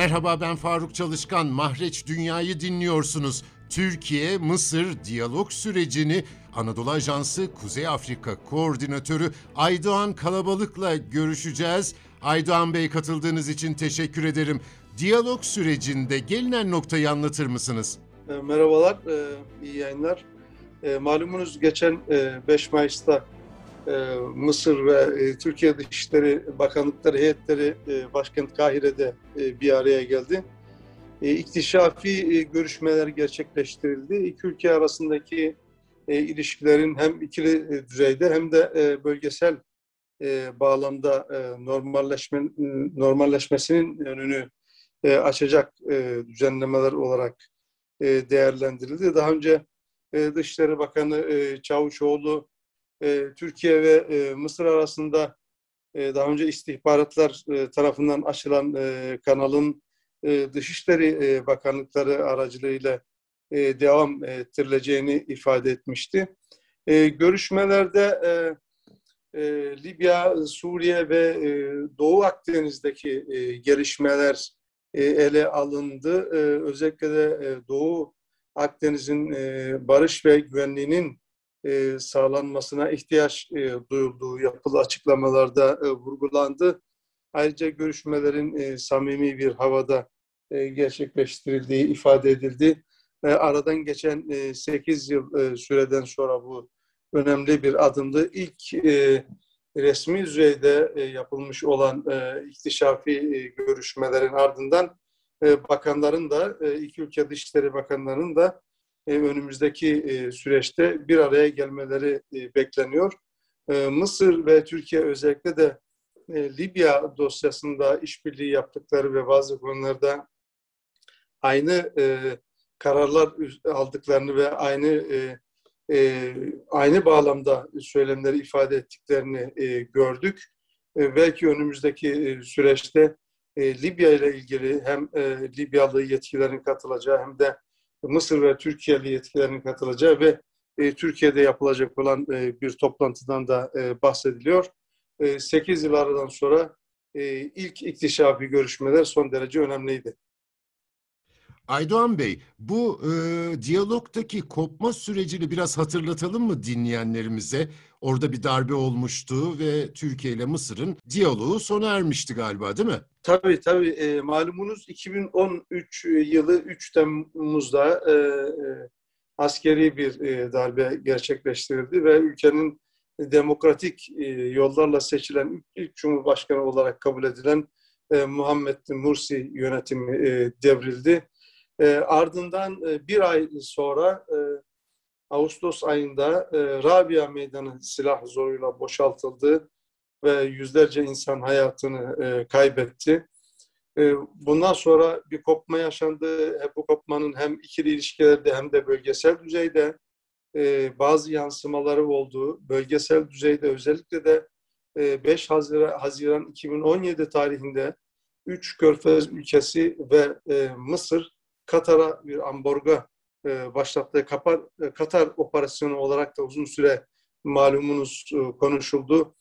Merhaba, ben Faruk Çalışkan. Mahreç Dünya'yı dinliyorsunuz. Türkiye-Mısır diyalog sürecini Anadolu Ajansı Kuzey Afrika Koordinatörü Aydoğan Kalabalık'la görüşeceğiz. Aydoğan Bey, katıldığınız için teşekkür ederim. Diyalog sürecinde gelinen noktayı anlatır mısınız? Merhabalar, iyi yayınlar. Malumunuz geçen 5 Mayıs'ta Mısır ve Türkiye Dışişleri Bakanlıkları heyetleri başkent Kahire'de bir araya geldi. İktişafi görüşmeler gerçekleştirildi. İki ülke arasındaki ilişkilerin hem ikili düzeyde hem de bölgesel bağlamda normalleşmesinin önünü açacak düzenlemeler olarak değerlendirildi. Daha önce Dışişleri Bakanı Çavuşoğlu Türkiye ve Mısır arasında daha önce istihbaratlar tarafından açılan kanalın Dışişleri Bakanlıkları aracılığıyla devam ettirileceğini ifade etmişti. Görüşmelerde Libya, Suriye ve Doğu Akdeniz'deki gelişmeler ele alındı. Özellikle de Doğu Akdeniz'in barış ve güvenliğinin sağlanmasına ihtiyaç duyulduğu yapılı açıklamalarda vurgulandı. Ayrıca görüşmelerin samimi bir havada gerçekleştirildiği ifade edildi. Aradan geçen 8 yıl süreden sonra bu önemli bir adımdı. İlk resmi düzeyde yapılmış olan iktişafi görüşmelerin ardından bakanların da, iki ülke dışişleri bakanlarının da önümüzdeki süreçte bir araya gelmeleri bekleniyor. Mısır ve Türkiye özellikle de Libya dosyasında işbirliği yaptıkları ve bazı konularda aynı kararlar aldıklarını ve aynı bağlamda söylemleri ifade ettiklerini gördük. Belki önümüzdeki süreçte Libya ile ilgili hem Libyalı yetkililerin katılacağı hem de Mısır ve Türkiye'li yetkililerin katılacağı ve Türkiye'de yapılacak olan bir toplantıdan da bahsediliyor. 8 yıl aradan sonra ilk iktişafi görüşmeler son derece önemliydi. Aydoğan Bey, bu diyalogdaki kopma sürecini biraz hatırlatalım mı dinleyenlerimize? Orada bir darbe olmuştu ve Türkiye ile Mısır'ın diyaloğu sona ermişti galiba, değil mi? Tabii. Malumunuz 2013 yılı 3 Temmuz'da askeri bir darbe gerçekleştirildi ve ülkenin demokratik yollarla seçilen ilk Cumhurbaşkanı olarak kabul edilen Muhammed Mursi yönetimi devrildi. Ardından bir ay sonra Ağustos ayında Rabia Meydanı silah zoruyla boşaltıldı ve yüzlerce insan hayatını kaybetti. Bundan sonra bir kopma yaşandı. Bu kopmanın hem ikili ilişkilerde hem de bölgesel düzeyde bazı yansımaları oldu. Bölgesel düzeyde özellikle de 5 Haziran 2017 tarihinde 3 Körfez ülkesi ve Mısır Katar'a bir ambargo başlattığı Katar operasyonu olarak da uzun süre malumunuz konuşuldu.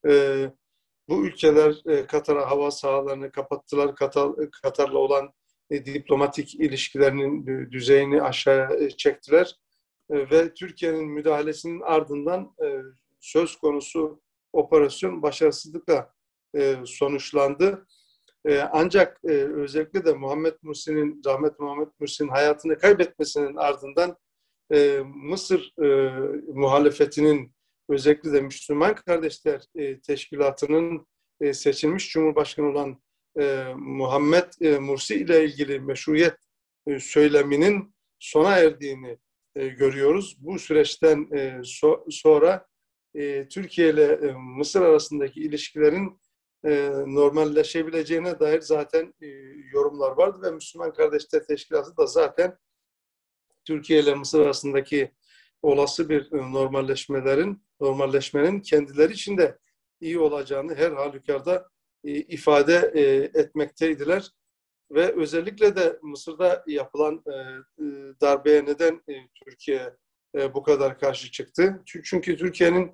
Bu ülkeler Katar'a hava sahalarını kapattılar. Katar'la olan diplomatik ilişkilerinin düzeyini aşağıya çektiler. Ve Türkiye'nin müdahalesinin ardından söz konusu operasyon başarısızlıkla sonuçlandı. Ancak özellikle de rahmetli Muhammed Mursi'nin hayatını kaybetmesinin ardından Mısır muhalefetinin özellikle de Müslüman Kardeşler Teşkilatı'nın seçilmiş Cumhurbaşkanı olan Muhammed Mursi ile ilgili meşruiyet söyleminin sona erdiğini görüyoruz. Bu süreçten sonra Türkiye ile Mısır arasındaki ilişkilerin normalleşebileceğine dair zaten yorumlar vardı ve Müslüman Kardeşler Teşkilatı da zaten Türkiye ile Mısır arasındaki olası bir normalleşmenin kendileri için de iyi olacağını her halükarda ifade etmekteydiler. Ve özellikle de Mısır'da yapılan darbeye neden Türkiye bu kadar karşı çıktı? Çünkü Türkiye'nin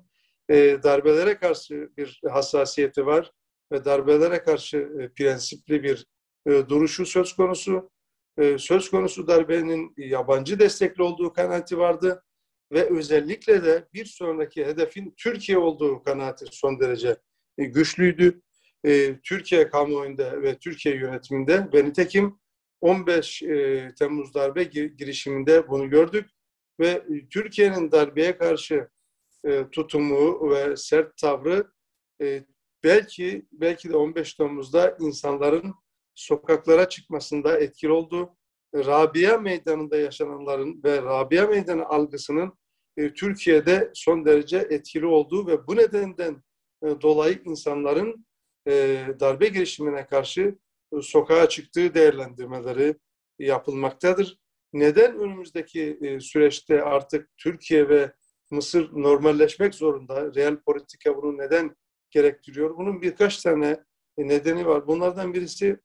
darbelere karşı bir hassasiyeti var ve darbelere karşı prensipli bir duruşu söz konusu. Söz konusu darbenin yabancı destekli olduğu kanaati vardı ve özellikle de bir sonraki hedefin Türkiye olduğu kanaati son derece güçlüydü. Türkiye kamuoyunda ve Türkiye yönetiminde ve nitekim 15 Temmuz darbe girişiminde bunu gördük ve Türkiye'nin darbeye karşı tutumu ve sert tavrı belki de 15 Temmuz'da insanların sokaklara çıkmasında etkili oldu. Rabia Meydanı'nda yaşananların ve Rabia Meydanı algısının Türkiye'de son derece etkili olduğu ve bu nedenden dolayı insanların darbe girişimine karşı sokağa çıktığı değerlendirmeleri yapılmaktadır. Neden önümüzdeki süreçte artık Türkiye ve Mısır normalleşmek zorunda? Real politika bunu neden gerektiriyor? Bunun birkaç tane nedeni var. Bunlardan birisi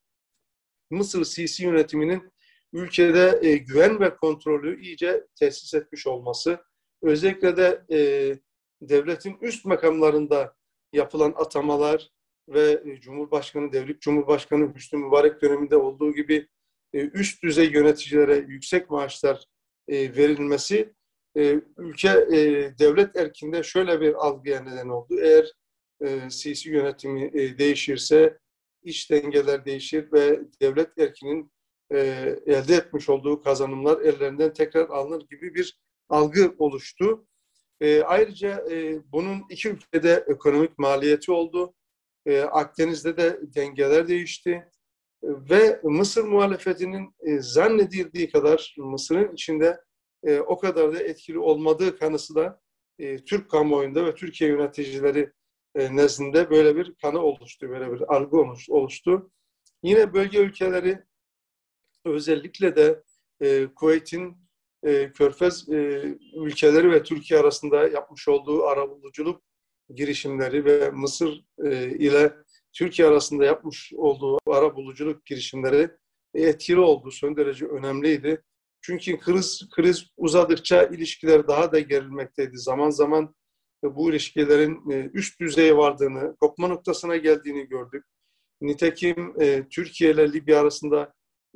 Mısır Sisi yönetiminin ülkede güven ve kontrolü iyice tesis etmiş olması. Özellikle de devletin üst makamlarında yapılan atamalar ve Devlet Cumhurbaşkanı Hüsnü Mübarek döneminde olduğu gibi üst düzey yöneticilere yüksek maaşlar verilmesi ülke devlet erkinde şöyle bir algıya neden oldu. Eğer Sisi yönetimi değişirse iç dengeler değişir ve devlet erkinin elde etmiş olduğu kazanımlar ellerinden tekrar alınır gibi bir algı oluştu. Ayrıca bunun iki ülkede ekonomik maliyeti oldu. Akdeniz'de de dengeler değişti. Ve Mısır muhalefetinin zannedildiği kadar Mısır'ın içinde o kadar da etkili olmadığı kanısı da Türk kamuoyunda ve Türkiye yöneticileri nezdinde böyle bir kanı oluştu, böyle bir algı oluştu. Yine bölge ülkeleri özellikle de Kuveyt'in Körfez ülkeleri ve Türkiye arasında yapmış olduğu arabuluculuk girişimleri ve Mısır ile Türkiye arasında yapmış olduğu arabuluculuk girişimleri etkili oldu, son derece önemliydi. Çünkü kriz uzadıkça ilişkiler daha da gerilmekteydi. Zaman zaman bu ilişkilerin üst düzeye vardığını, kopma noktasına geldiğini gördük. Nitekim Türkiye ile Libya arasında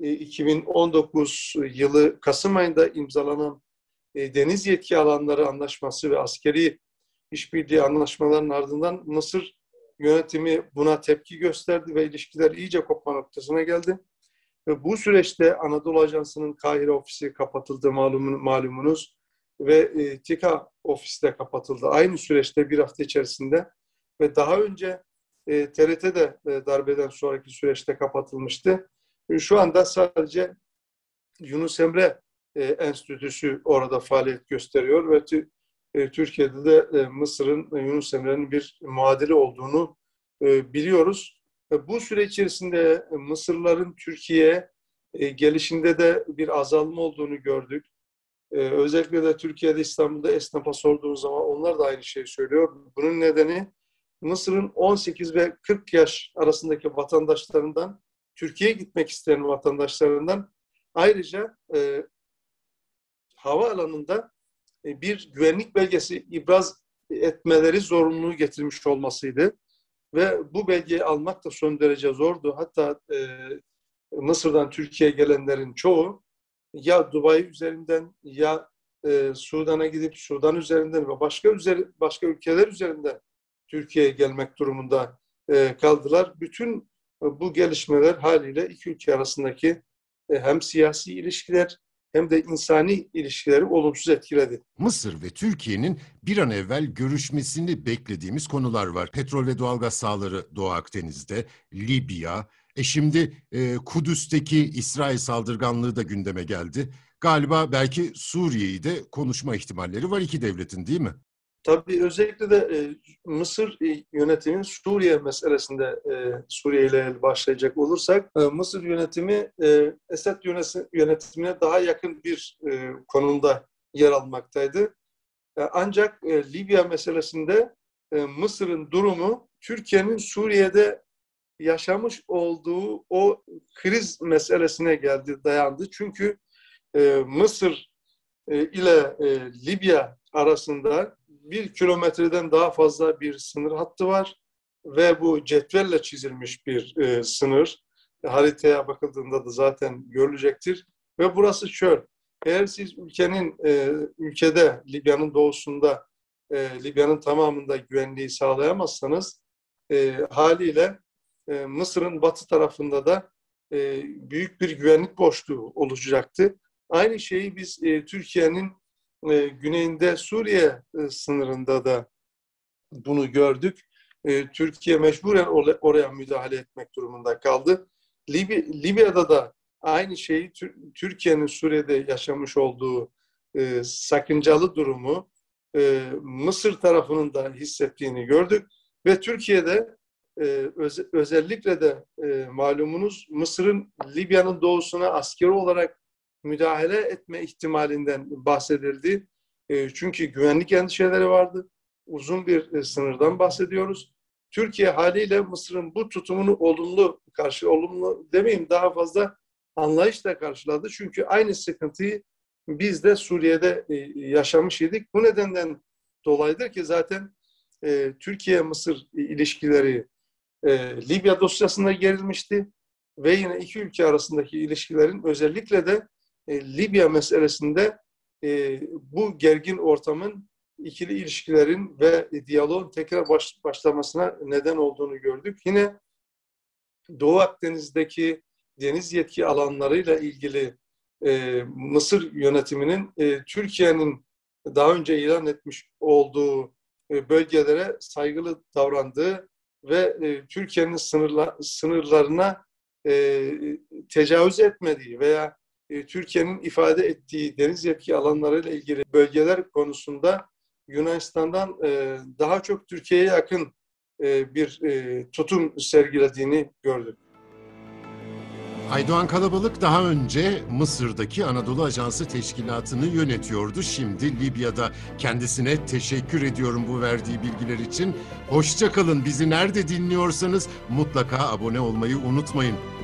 2019 yılı Kasım ayında imzalanan deniz yetki alanları anlaşması ve askeri işbirliği anlaşmalarının ardından Mısır yönetimi buna tepki gösterdi ve ilişkiler iyice kopma noktasına geldi. Ve bu süreçte Anadolu Ajansı'nın Kahire ofisi kapatıldı malumunuz ve TİKA ofisi de kapatıldı. Aynı süreçte bir hafta içerisinde ve daha önce TRT de darbeden sonraki süreçte kapatılmıştı. Şu anda sadece Yunus Emre Enstitüsü orada faaliyet gösteriyor ve Türkiye'de de Mısır'ın Yunus Emre'nin bir muadili olduğunu biliyoruz. Bu süre içerisinde Mısırlıların Türkiye'ye gelişinde de bir azalma olduğunu gördük. Özellikle de Türkiye'de, İstanbul'da esnafa sorduğumuz zaman onlar da aynı şeyi söylüyor. Bunun nedeni Mısır'ın 18 ve 40 yaş arasındaki vatandaşlarından, Türkiye'ye gitmek isteyen vatandaşlarından ayrıca havaalanında bir güvenlik belgesi ibraz etmeleri zorunluluğu getirmiş olmasıydı. Ve bu belgeyi almak da son derece zordu. Hatta Mısır'dan Türkiye'ye gelenlerin çoğu ya Dubai üzerinden ya Sudan'a gidip Sudan üzerinden ve başka ülkeler üzerinden Türkiye'ye gelmek durumunda kaldılar. Bütün bu gelişmeler haliyle iki ülke arasındaki hem siyasi ilişkiler hem de insani ilişkileri olumsuz etkiledi. Mısır ve Türkiye'nin bir an evvel görüşmesini beklediğimiz konular var. Petrol ve doğalgaz sahaları Doğu Akdeniz'de, Libya, şimdi Kudüs'teki İsrail saldırganlığı da gündeme geldi. Galiba belki Suriye'yi de konuşma ihtimalleri var iki devletin, değil mi? Tabii özellikle de Mısır yönetimi Suriye meselesinde Suriye ile başlayacak olursak Mısır yönetimi Esed yönetimine daha yakın bir konumda yer almaktaydı. Ancak Libya meselesinde Mısır'ın durumu Türkiye'nin Suriye'de yaşamış olduğu o kriz meselesine dayandı. Çünkü Mısır ile Libya arasında 1 kilometreden daha fazla bir sınır hattı var ve bu cetvelle çizilmiş bir sınır. haritaya bakıldığında da zaten görülecektir. Ve burası çöl. Eğer siz ülkede Libya'nın doğusunda, Libya'nın tamamında güvenliği sağlayamazsanız haliyle Mısır'ın batı tarafında da büyük bir güvenlik boşluğu oluşacaktı. Aynı şeyi biz Türkiye'nin güneyinde Suriye sınırında da bunu gördük. Türkiye mecburen oraya müdahale etmek durumunda kaldı. Libya'da da aynı şeyi Türkiye'nin Suriye'de yaşamış olduğu sakıncalı durumu Mısır tarafının da hissettiğini gördük. Ve Türkiye'de özellikle de malumunuz Mısır'ın Libya'nın doğusuna askeri olarak müdahale etme ihtimalinden bahsedildi. Çünkü güvenlik endişeleri vardı. Uzun bir sınırdan bahsediyoruz. Türkiye haliyle Mısır'ın bu tutumunu olumlu demeyeyim, daha fazla anlayışla karşıladı. Çünkü aynı sıkıntıyı biz de Suriye'de yaşamış idik. Bu nedenden dolayıdır ki zaten Türkiye-Mısır ilişkileri Libya dosyasında gerilmişti ve yine iki ülke arasındaki ilişkilerin özellikle de Libya meselesinde bu gergin ortamın ikili ilişkilerin ve diyaloğun tekrar başlamasına neden olduğunu gördük. Yine Doğu Akdeniz'deki deniz yetki alanlarıyla ilgili Mısır yönetiminin Türkiye'nin daha önce ilan etmiş olduğu bölgelere saygılı davrandığı ve Türkiye'nin sınırlarına tecavüz etmediği veya Türkiye'nin ifade ettiği deniz yetki alanlarıyla ilgili bölgeler konusunda Yunanistan'dan daha çok Türkiye'ye yakın bir tutum sergilediğini gördük. Aydoğan Kalabalık daha önce Mısır'daki Anadolu Ajansı Teşkilatı'nı yönetiyordu. Şimdi Libya'da. Kendisine teşekkür ediyorum bu verdiği bilgiler için. Hoşça kalın. Bizi nerede dinliyorsanız mutlaka abone olmayı unutmayın.